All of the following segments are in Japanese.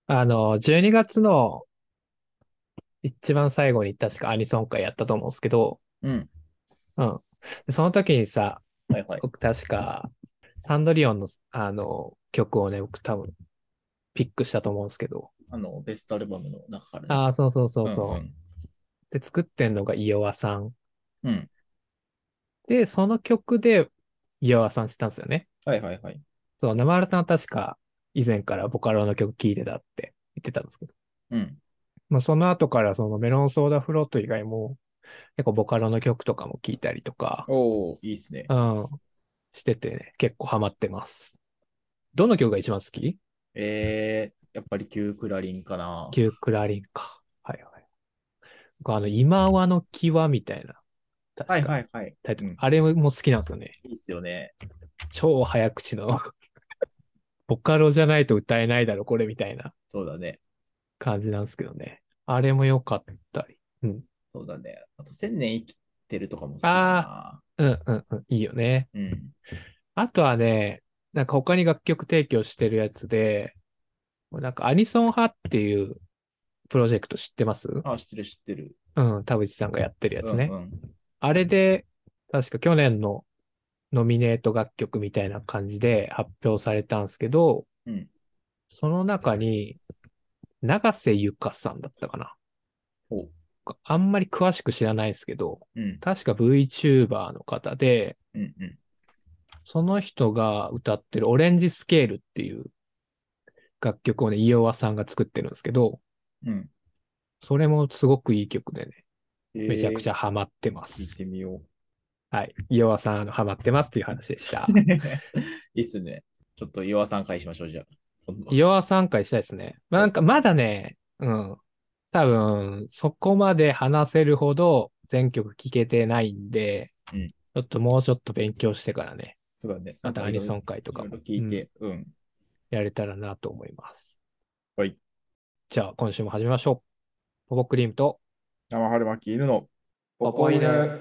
12月の一番最後に確かアニソン会やったと思うんですけど、 うん。 うん。でその時にさ、 はいはい。 僕確か、サンドリオンの、曲をね、僕多分ピックしたと思うんですけど、 ベストアルバムの中からね。 ああ、そうそうそうそうんうん。 う。で、作ってんのがイオワさん。 うん。 で、その曲でイオワさんしたんですよね。 はいはいはい。 そう、生原さんは確か以前からボカロの曲聴いてたって言ってたんですけど、 うん。 まあ、その後からそのメロンソーダフロート以外も結構ボカロの曲とかも聴いたりとか、 おー、いいっすね。 うん、しててね、結構ハマってます。どの曲が一番好き？ やっぱりキュークラリンかな。 キュークラリンか。はいはい。僕今はの際みたいな、 はい確かはいはい。 タイトル。 うん。 あれも好きなんですよね。 いいっすよね。 超早口のボカロじゃないと歌えないだろ、これみたいなそうだね。 感じなんですけどね。あれも良かったり。うん。 そうだね。あと、千年生きてるとかも好きだあな。 あ、うんうんうん。いいよね。 うん。 あとはね、なんか他に楽曲提供してるやつで、なんかアニソン派っていうプロジェクト知ってます？ あ、知ってる知ってる。 うん、田淵さんがやってるやうつね。 んうん。 あれで、確か去年のノミネート楽曲みたいな感じで発表されたんですけど、 うん。 その中に、永瀬ゆかさんだったかな。 お、 あんまり詳しく知らないですけど、 うん。 確か VTuber の方で、 うんうん。 その人が歌ってるオレンジスケールっていう楽曲をね、イオワさんが作ってるんですけど、 うん。 それもすごくいい曲でね、めちゃくえちゃハマってま聞いす。 てみよう。 はい。イオワさん、ハマってますっていう話でした。 いいっすね。ちょっと岩さん会しましょう、じゃあ。今度。 イオワ参加したいですね。 そうっすね。 なんかまだね、うん。多分、そこまで話せるほど全曲聴けてないんで、 うん。 ちょっともうちょっと勉強してからね、 そうだね。なまんかいろいろ、 たアニソン会といろいろかも、うん、 聞いて、うん。 やれたらなと思います。 はい。 じゃあ、今週も始めましょう。ポポクリームと生春巻き犬のポポポポ犬。 犬。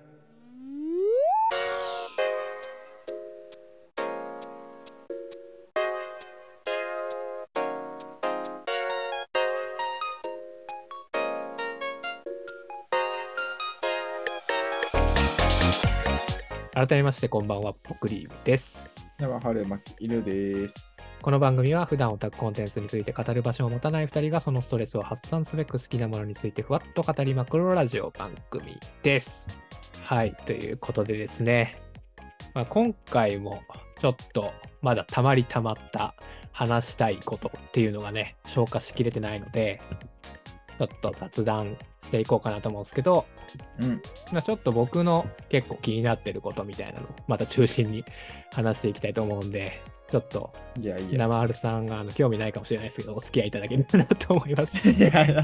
改めまして、こんばんは、ポポクリームです。 生春巻き犬です。 この番組は普段オタクコンテンツについて語る場所を持たない二人がそのストレスを発散すべく好きなものについてふわっと語りまくるラジオ番組です。はい、ということでですね、今回もちょっとまだたまりたまった話したいことっていうのがね、消化しきれてないので、ちょっと雑談していこうかなと思うんですけど、 うん。 ちょっと僕の結構気になってることみたいなのをまた中心に話していきたいと思うんで、ちょっといやいや。 生春さんが興味ないかもしれないですけど、お付き合いいただければなと思います。 いや、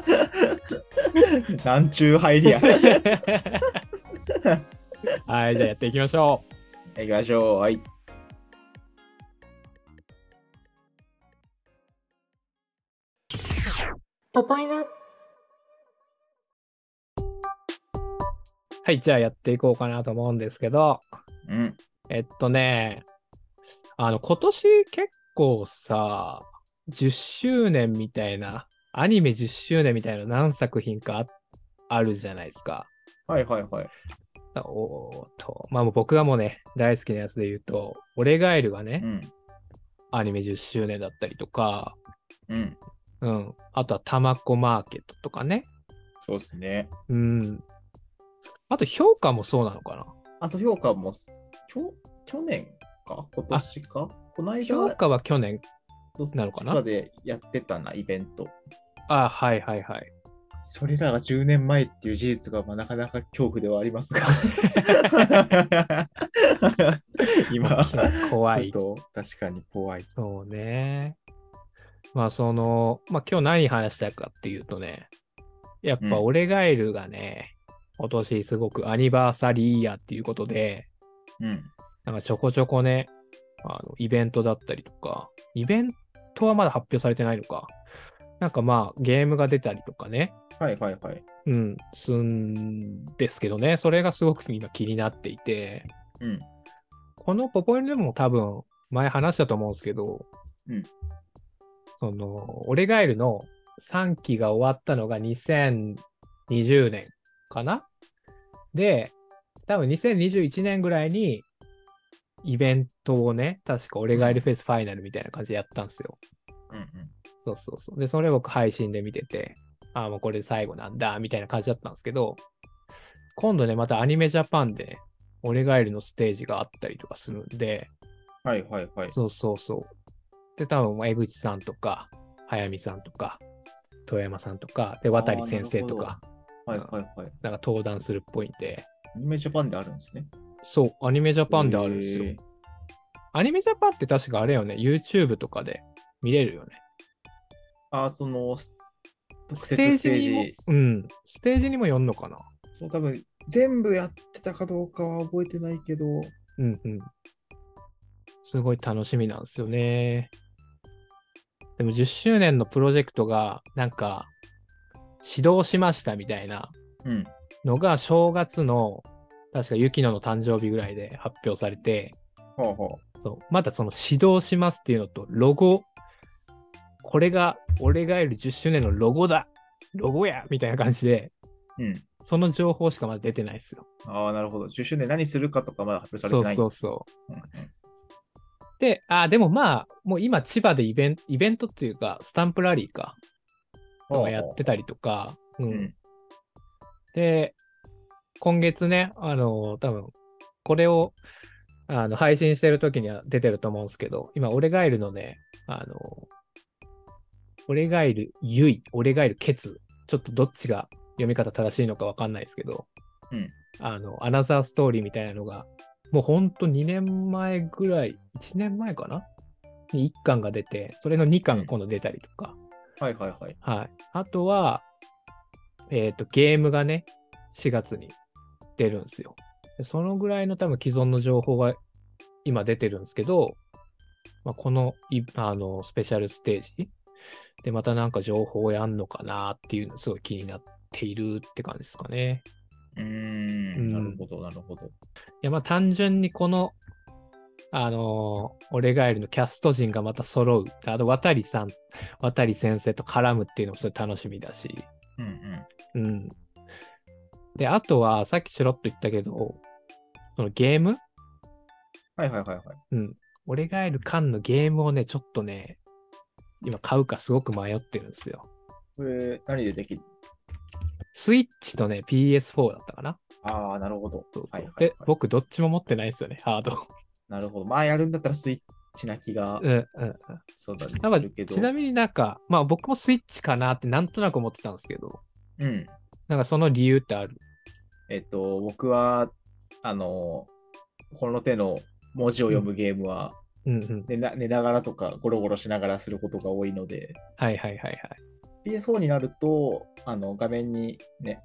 なんちゅう入りや。 はい、じゃあやっていきましょう。 行きましょう。はい。 ポパイナ。はい、じゃあやっていこうかなと思うんですけど、 うん。 えっとね、今年結構さ、10周年みたいな、アニメ10周年みたいな何作品かあるじゃないですか。 はいはいはい。 まあもう僕がもうね、大好きなやつで言うと、俺ガエルがね、 うん。 アニメ10周年だったりとか、 うん。 うん。あとはタマコマーケットとかね。 そうっすね。 うん。あと評価もそうなのかな。 あ、そう、評価も去年か今あ、 年かこの間、 評価は去年どっなのかな。 ちかでやってたな、イベント。 あ、はいはいはい。 それらが10年前っていう事実が、なかなか恐怖ではありますが今、 怖い。 確かに怖い。 そうね。今日何話したいかっていうとね、やっうん、 ぱ俺ガエルがね、今年すごくアニバーサリーイヤーっていうことで、 うん、 なんかちょこちょこね、イベントだったりとか、イベントはまだ発表されてないのか。なんかゲームが出たりとかね、 はいはいはい。 うん、すんですけどね、それがすごく今気になっていて、 うん、 このポポインでも多分前話したと思うんですけど、 うん、 その、オレガエルの3期が終わったのが2020年かな。で、多分2021年ぐらいにイベントをね、確かオレガエルフェスファイナルみたいな感じでやったんですよ。 うんうん。 そうそうそう。で、それ僕配信で見てて、ああ、もうこれ最後なんだ、みたいな感じだったんですけど、今度ね、またアニメジャパンでね、オレガエルのステージがあったりとかするんで、 はいはいはい。 そうそうそう。で、多分、江口さんとか、早見さんとか、遠山さんとか、で、渡ああ、な先るほど。 生とか、 はいうんはいはい。 なんか登壇するっぽいんで、 アニメジャパンであるんですね。 そう、アニメジャパンであるんですよ。アニメジャパンって確かあれよね、YouTube とかで見れるよね。 ああ、特ステー設スジにも、 テージ。 ステージにもよんのかな。 そう、多分、全部やってたかどうかは覚えてないけど、 うんうん。すごい楽しみなんですよね。でも10周年のプロジェクトが、なんか、始動しましたみたいなうん。 のが正月の、確か雪乃の誕生日ぐらいで発表されて、 ほうほそう、まだその始動しますっていうのと、ロゴ、これが俺がいる10周年のロゴだロゴやみたいな感じで、 う。うん。 その情報しかまだ出てないですよ。 ああ、なるほど。10周年何するかとかまだ発表されそうてないんだ。 そうそう。 うんうん。 で、でもまあ、もう今千葉でイベントっていうか、スタンプラリーか、とかほうほうほやってたりとか、うう。うん。 ん。 で、今月ね、多分、これを、配信してる時には出てると思うんですけど、今、オレガエルのね、オレガエルユイ、オレガエルケツ、ちょっとどっちが読み方正しいのかわかんないですけど、 うん。 アナザーストーリーみたいなのが、もうほんと2年前ぐらい、1年前かなに1巻が出て、それの2巻が今度出たりとか、 はいはいはい。 はい。あとは、ゲームがね、4月に出るんですよ。でそのぐらいの多分既存の情報が今出てるんですけど、まあ、このスペシャルステージでまたなんか情報をやんのかなっていうのすごい気になっているって感じですかね。 なるほど、なるほど。 いや、まあ単純にこの、オレガエルのキャスト陣がまた揃う。あと、渡さん、渡先生と絡むっていうのもすごい楽しみだし。 うんうん。で、あとは、さっきちょろっと言ったけど、そのゲームはいはいはいはい。 うん。オレガエル缶のゲームをね、ちょっとね、今買うかすごく迷ってるんですよ。 これ、何でできる？ スイッチとね、PS4 だったかな。 ああ、なるほど。 そうそう。で、 はいはいはい。 僕どっちも持ってないですよね、ハード。 なるほど。まあ、やるんだったらスイッチな気が、 うんうんうん。 そうだね、 なんかするけど。 ちなみになんか、まあ僕もスイッチかなってなんとなく思ってたんですけど、 うん。 なんかその理由ってある？ 僕は、この手の文字を読むゲームは、 うんうん。 寝ながらとかゴロゴロしながらすることが多いので、 はいはいはいはい。 PS4 になると、画面にね、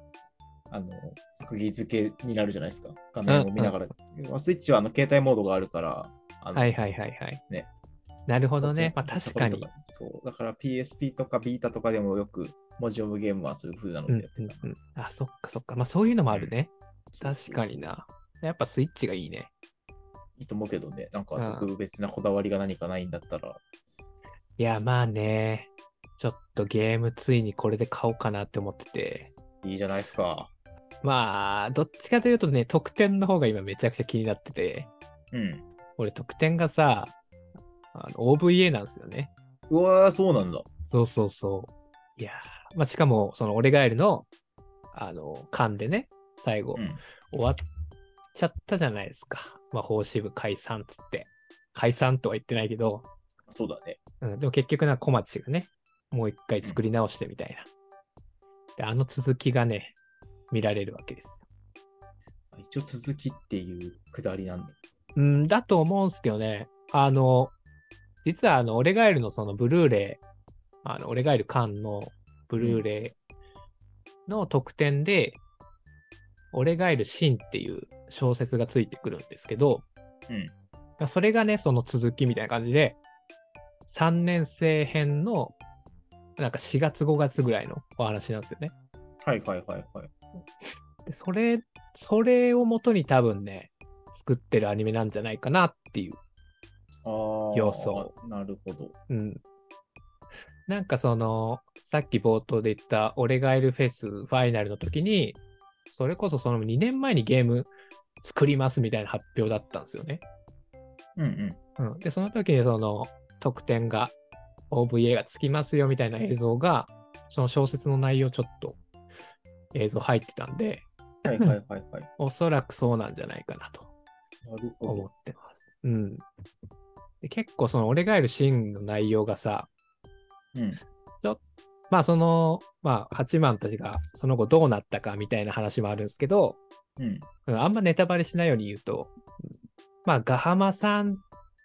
釘付けになるじゃないですか。画面を見ながら。まあスイッチは携帯モードがあるから、 はいはいはいはい。 ね、 なるほこっちのどね。まあ確かに。 そう。だから PSP とかビータとかでもよく文字読むゲームはそういう風なのうんでやってた。 うんうん。あ、そっかそっか。まあそういうのもあるね。 そうそうそう確かにな。やっぱスイッチがいいね。 いいと思うけどね、なんかうん。 特別なこだわりが何かないんだったら、 いや、まあね。ちょっとゲームついにこれで買おうかなって思ってて。 いいじゃないですか。 まあ、どっちかというとね、得点の方が今めちゃくちゃ気になってて。 うん。 俺得点がさ、OVA なんですよね。 うわー、そうなんだ。 そうそうそう。いやー、まあしかも、そのオレガエルの、間でね、最後、 うん。 終わっちゃったじゃないですか。まあ、法支部解散っつって。解散とは言ってないけど、 そうだね。 でも結局な、小町がね、もう一回作り直してみたいな。で、あの続きがね、見られるわけです。 一応続きっていうくだりなんだ。 だと思うんすけどね。実はオレガエルのそのブルーレイ、オレガエル缶のブルーレイの特典で、オレガエルシンっていう小説がついてくるんですけど、それがね、その続きみたいな感じで、3年生編のなんか4月5月ぐらいのお話なんですよね。 はいはいはいはい。 でそれを元に多分ね、作ってるアニメなんじゃないかなっていうあ要素。 あ、なるほど。 うん。 なんかさっき冒頭で言った俺がいるフェスファイナルの時に、それこそその2年前にゲーム作りますみたいな発表だったんですよね。 うんで、その時に特典が OVA がつきますよみたいな映像が、その小説の内容ちょっと映像入ってたんで、 はいはいはいはい。 おそらくそうなんじゃないかなとなるほ思っど。 てます。で結構俺がいるシーンの内容がさ、 うん。 ちょ八幡たちがその後どうなったかみたいな話もあるんですけど、 うん。 あんまネタバレしないように言うと、ガハマさん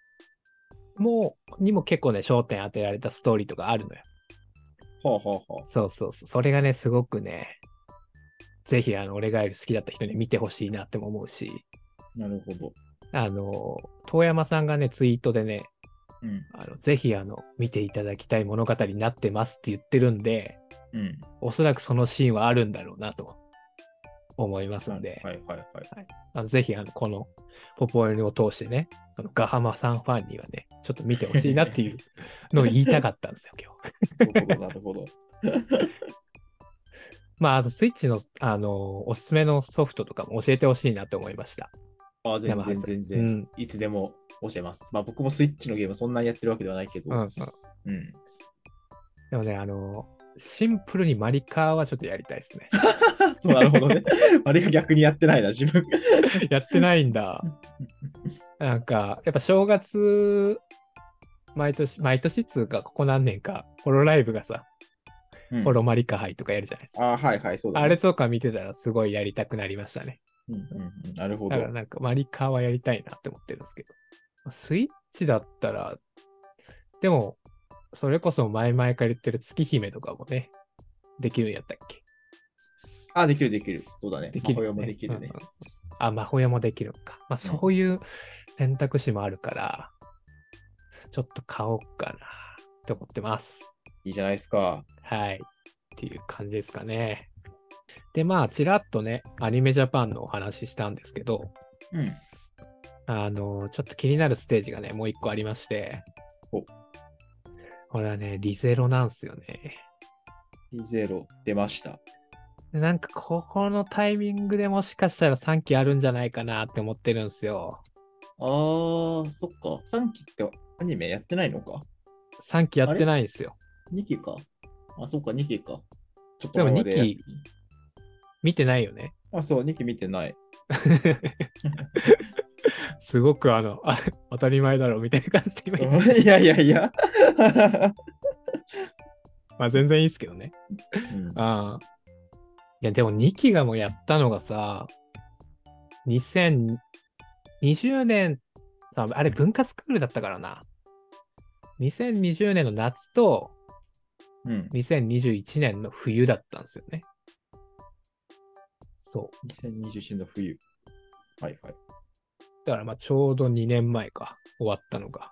にも結構ね、焦点当てられたストーリーとかあるのよ。 はあはあはそうそうそう。それがね、すごくね、ぜひ俺がいる好きだった人に見てほしいなっても思うし、 あ。なるほど。 遠山さんがね、ツイートでね、 うん。 ぜひ見ていただきたい物語になってますって言ってるんで、 うん。 おそらくそのシーンはあるんだろうなと思いますはいんで、 はいはいはい。 ぜひこのポポエルを通してね、そのガハマさんファンにはね、ちょっと見てほしいなっていうのを言いたかったんですよ、今日。 なるほど、なるほど。 あとスイッチの、おすすめのソフトとかも教えてほしいなと思いました。 あ、全然山原さん。 全然。いつでも教えます。まあ僕もスイッチのゲームそんなにやってるわけではないけど。 うん。 うん。 でもね、シンプルにマリカーはちょっとやりたいですね。 そう、なるほどね。あれが逆にやってないな、自分。 やってないんだ。なんか、やっぱ正月、毎年っつうか、ここ何年か、ホロライブがさ、ホロマリカ杯とかやるじゃないですか。 あ、はいはい、そうだね。 あれとか見てたらすごいやりたくなりましたね。 なるほど。 だからなんかマリカーはやりたいなって思ってるんですけど。スイッチだったら、でも、それこそ前々から言ってる月姫とかもね、できるんやったっけ？ あ、できるできる。そうだね。 できる、 魔法もできるね。 あ、魔法屋もできるのか。そういう選択肢もあるから、ちょっと買おうかなって思ってます。 いいじゃないですか。 はい。っていう感じですかね。で、ちらっとね、アニメジャパンのお話ししたんですけど、 うん。 ちょっと気になるステージがね、もう一個ありまして、これはね、リゼロなんすよね。 リゼロ出ました。 なんか、ここのタイミングでもしかしたら3期あるんじゃないかなって思ってるんですよ。 そっか。3期ってアニメやってないのか？ 3期やってないんですよ。 2期か。あ、そっか、2期か。ちょっとでも2 前まで期見てないよね。 あ、そう、2期見てない。 すごく当たり前だろうみたいな感じで今言っいやいやいや。 全然いいですけどね。いや、でも2期がもうやったのがさ、2020年、あれ文化スクールだったからな。2020年の夏と、2021年の冬だったんですよね。そう。 2021年の冬。はいはい。 だからちょうど2年前か、終わったのが。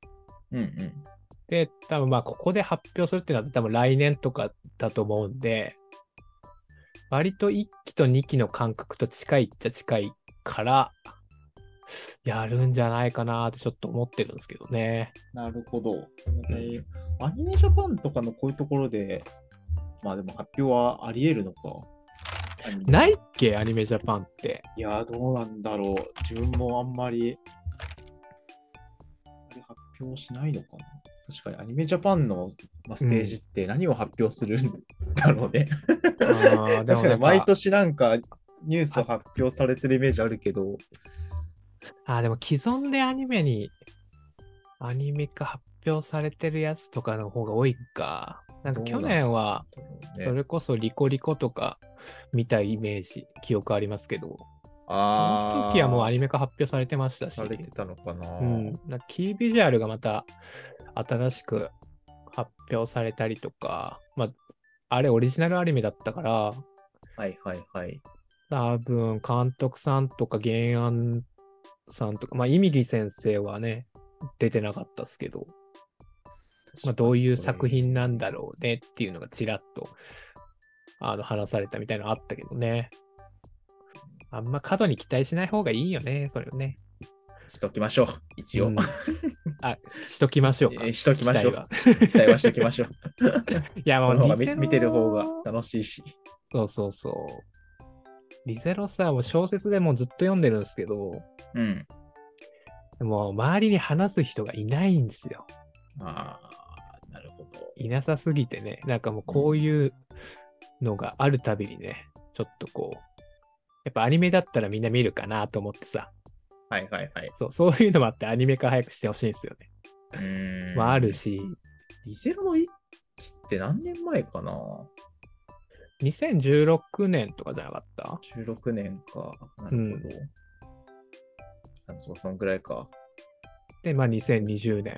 で、多分ここで発表するってなったら多分来年とかだと思うんで、割と1期と2期の感覚と近いっちゃ近いから、やるんじゃないかなってちょっと思ってるんですけどね。 なるほど。アニメジャパンとかのこういうところで、まあでも発表はあり得るのか。 ないっけ、アニメジャパンって。 いや、どうなんだろう。自分もあんまり発表しないのかな。確かにアニメジャパンのステージって何を発表するんだろうね。確かに毎年なんかニュース発表されてるイメージあるけど。 でも既存でアニメ化発表されてるやつとかの方が多いか。なんか去年は、それこそリコリコとか見たイメージ、記憶ありますけど、その時はもうアニメ化発表されてましたし。 されてたのかな。 キービジュアルがまた新しく発表されたりとか、あれオリジナルアニメだったから、 はいはいはい。 多分監督さんとか原案さんとか、イミリ先生はね、出てなかったっすけど、どういう作品なんだろうねっていうのがちらっと話されたみたいなのあったけどね。あんま過度に期待しない方がいいよね、それをね。 しときましょう、一応。 うん、しときましょうか。 しときましょう。 期待は。 期待はしときましょう。 いや、もうその方がリゼロ、 見てる方が楽しいし。 そうそうそう。リゼロさ、もう小説でもずっと読んでるんですけど、 うん。 もう周りに話す人がいないんですよ。 ああ、なるほど。 いなさすぎてね、なんかもうこういうのがあるたびにね、ちょっとこう、やっぱアニメだったらみんな見るかなと思ってさ、 はいはいはい。 そういうのもあってアニメ化早くしてほしいんですよね。まああるん。 し、 リゼロの一期って何年前かな？ 2016年とかじゃなかった？ 16 年か。なうるほど。 ん。 そう、そのぐらいか。 で、まあ2020年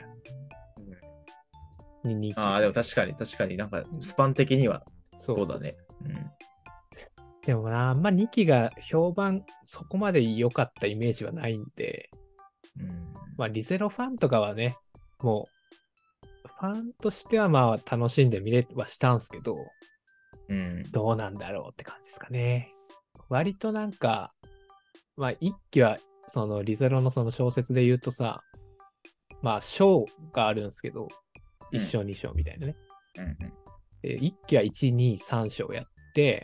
うん、 に2期ああ、でもで。 確かになんかスパン的にはそうそうそう。 そうだね。うん。 でもな、あんま2期が評判そこまで良かったイメージはないんで、 うんまあリゼロファンとかはね、もうファンとしてはまあ楽しんで見れはしたんすけど、 うん。 どうなんだろうって感じですかね。割となんか、まあ一期はそのリゼロのその小説で言うとさ、まあ章があるんですけど、1章2章みたいなね。 うんうん。 で一期は1、2、3章やって、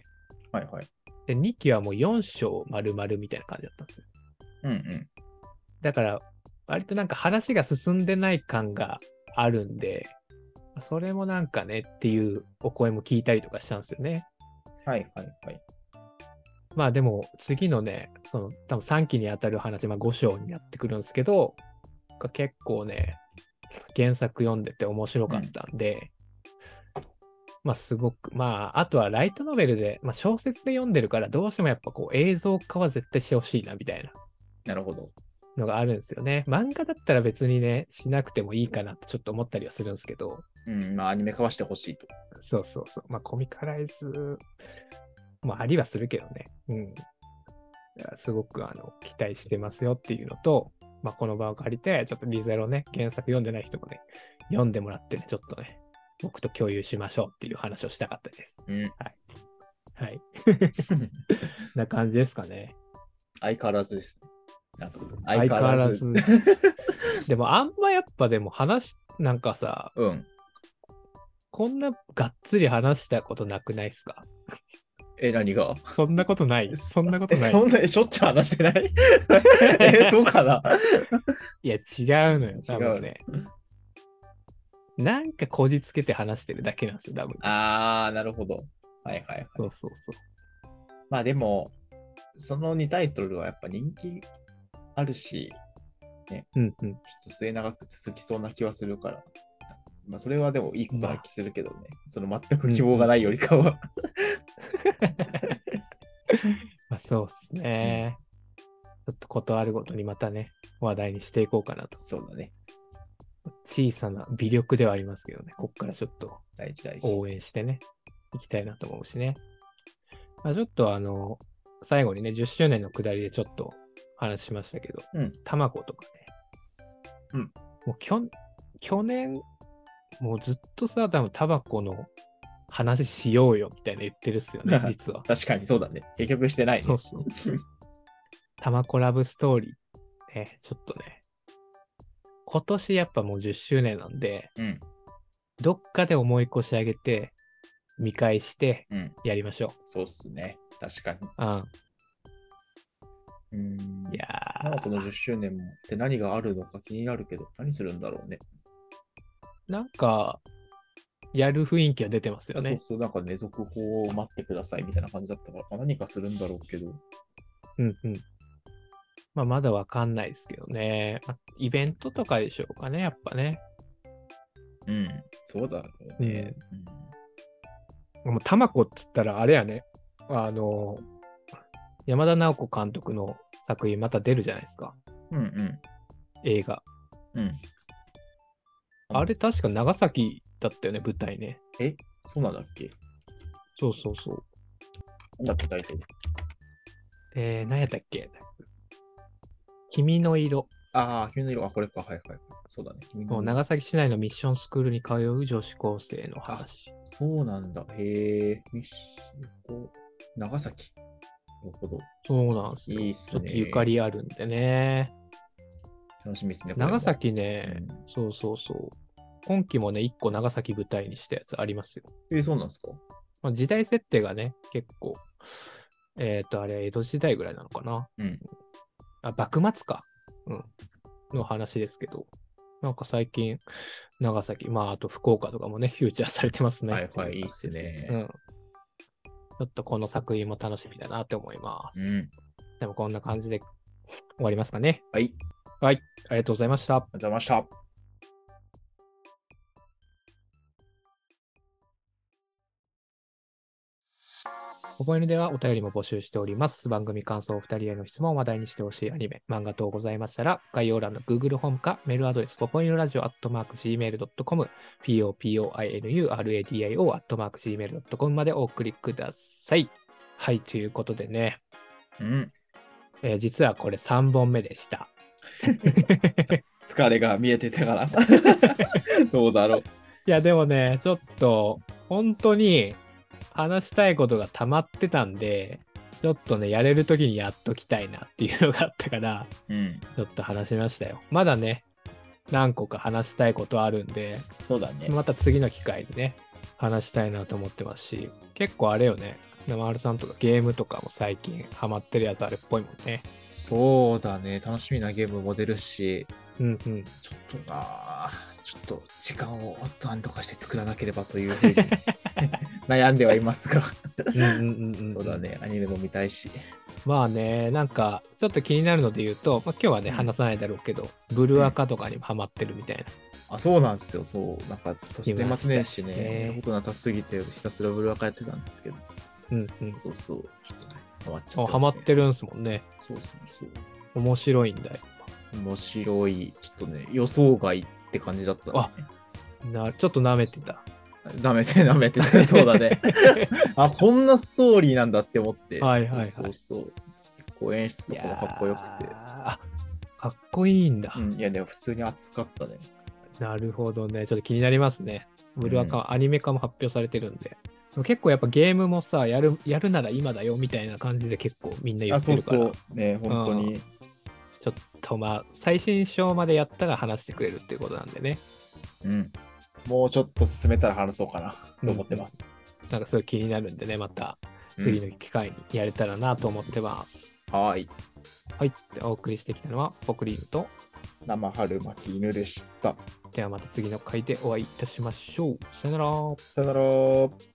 はいはい。 で2期はもう4章丸々みたいな感じだったんですよ。 うんうん。 だから、割となんか話が進んでない感があるんで、それもなんかねっていうお声も聞いたりとかしたんですよね。 はいはいはい。 まあでも次のね、その多分3期にあたる話、まあ5章になってくるんですけど、結構ね、原作読んでて面白かったんで、まあすごく、まああとはライトノベルで、まあ小説で読んでるからどうしてもやっぱこう映像化は絶対してほしいなみたいななるほど。 のがあるんですよね。漫画だったら別にね、しなくてもいいかなってちょっと思ったりはするんですけど、 うん、まあアニメ化はしてほしいと。 そうそうそう。まあコミカライズもありはするけどね。うん。すごく期待してますよっていうのと、まあこの場を借りて、ちょっとリゼロね、原作読んでない人もね、読んでもらってね、ちょっとね、僕と共有しましょうっていう話をしたかったです。 うん。 はい。はい。な感じですかね。 相変わらずですね。なんか相相変わらず。 変わらず。でもあんまやっぱでもなんかさ、 うん。 こんながっつり話したことなくないっすか？ 何が？ そんなことない。そんなことない。 そんな、しょっちゅう話してないそうかな？ いや、違うのよ。 違う。 多分ね。なんかこじつけて話してるだけなんですよ、多分。 あー、なるほど。はいはいはい。 そうそうそう。 まあでも、その2タイトルはやっぱ人気あるし、ね、 うんうん。 ちょっと末永く続きそうな気はするから、まあそれはでもいいことな気するけどね、その全く希望がないよりかは。 まあ、そうっすね。ちょっとことあるごとにまたね、話題にしていこうかなと。 そうだね。 小さな微力ではありますけどね、こっからちょっと大事大事。 応援してね、いきたいなと思うしね。まあ、ちょっと最後にね、10周年のくだりでちょっと話しましたけど、 うん。 卵とかね。 うん。 もう去年、もうずっとさ、多分タバコの話しようよみたいな言ってるっすよね、実は。 確かにそうだね。結局してないね。 そうそう。タマコラブストーリー。ね、ちょっとね。今年やっぱもう10周年なんで、 うん。 どっかで思い越し上げて、見返してうん。 やりましょそうっすね。確かに。 う。 いやこの10周年もって何があるのか気になるけど、何するんだろうね。 なんか、やる雰囲気は出てますよね。 そうそう、なんかね、続報を待ってくださいみたいな感じだったから、何かするんだろうけど。 うんうん。まあ、まだわかんないですけどね。イベントとかでしょうかね、やっぱね。 うん、そうだろうね。 もうタマコっつったらあれやね。山田直子監督の作品また出るじゃないですか。 うんうん映画。 うん。 あれ確か長崎だったよね、舞台ね。 そうなんだっけ？ そうそうそう。 なんだっけタイトル。 何やったっけ？君の色。 ああ、君の色、これか。はいはい。そうだね。君の色。 長崎市内のミッションスクールに通う女子高生の話。 そうなんだ。へえ。長崎。なるほど。 そうなんですよ。 いいっすね。 ちょっとゆかりあるんでね。 楽しみですね。これも長崎ね、そうそうそう。今期もね、1個長崎舞台にしたやつありますよ。 そうなんですか？ まあ、時代設定がね、結構、あれ、江戸時代ぐらいなのかな。 うん。 あ、幕末か。うん。の話ですけど、なんか最近、長崎、まあ、あと福岡とかもね、フューチャーされてますね。 はいはい、いいっすね。 うん。ちょっとこの作品も楽しみだなって思います。 うん。 でもこんな感じで終わりますかね。 はい。 はい。ありがとうございました。 ありがとうございました。 ポポイヌではお便りも募集しております。番組感想、お二人への質問を話題にしてほしいアニメ、漫画等ございましたら、概要欄の Google ホームかメールアドレス、ポポイヌラジオ @gmail.com、popoinuradio @gmail.com までお送りください。はい、ということでね、 うん。 実はこれ3本目でした。 疲れが見えてたから。どうだろう。 いや、でもね、ちょっと、本当に話したいことが溜まってたんで、ちょっとね、やれるときにやっときたいなっていうのがあったから、 うん。 ちょっと話しましたよ。まだね、何個か話したいことあるんで、 そうだね。 また次の機会にね、話したいなと思ってますし、結構あれよね、山丸さんとかゲームとかも最近ハマってるやつあるっぽいもんね。 そうだね。楽しみなゲームも出るし、 うんうん。 ちょっとちょっと時間を何とかして作らなければというふうに悩んではいますがそうだね。アニメも見たいし。 まあね、なんか、ちょっと気になるので言うと、まあ、今日はね、話さないだろうけど、ブルアカとかにもハマってるみたいな。 あ、そうなんですよ。そう。なんか、年末年始ね、 ねやることなさすぎて、ひたすらブルアカやってたんですけど。 うんうん。 そうそう。ちょっとね、ハマっちゃってますね。 ハマってるんすもんね。 そうそうそう。 面白いんだよ。 面白い。ちょっとね、予想外って感じだったね。 ちょっと舐めてた。 舐めてた。そうだね。あ、こんなストーリーなんだって思って。 はいはいはい。 そうそう。結構演出とかもかっこよくて。 あ、かっこいいんだ。 いや、でも普通に熱かったね。 なるほどね。ちょっと気になりますね。ブルアカ、アニメ化も発表されてるんで。結構やっぱゲームもさ、やるなら今だよみたいな感じで結構みんな言ってるから。 そうそう。ね、本当に。 ちょっとまあ、最新章までやったら話してくれるっていうことなんでね。 もうちょっと進めたら話そうかなと思ってます。 なんかすごい気になるんでね、また次の機会にやれたらなと思ってます。 はい。 はい。お送りしてきたのは、ポクリームと生春巻き犬でした。 ではまた次の回でお会いいたしましょう。さよなら。 さよなら。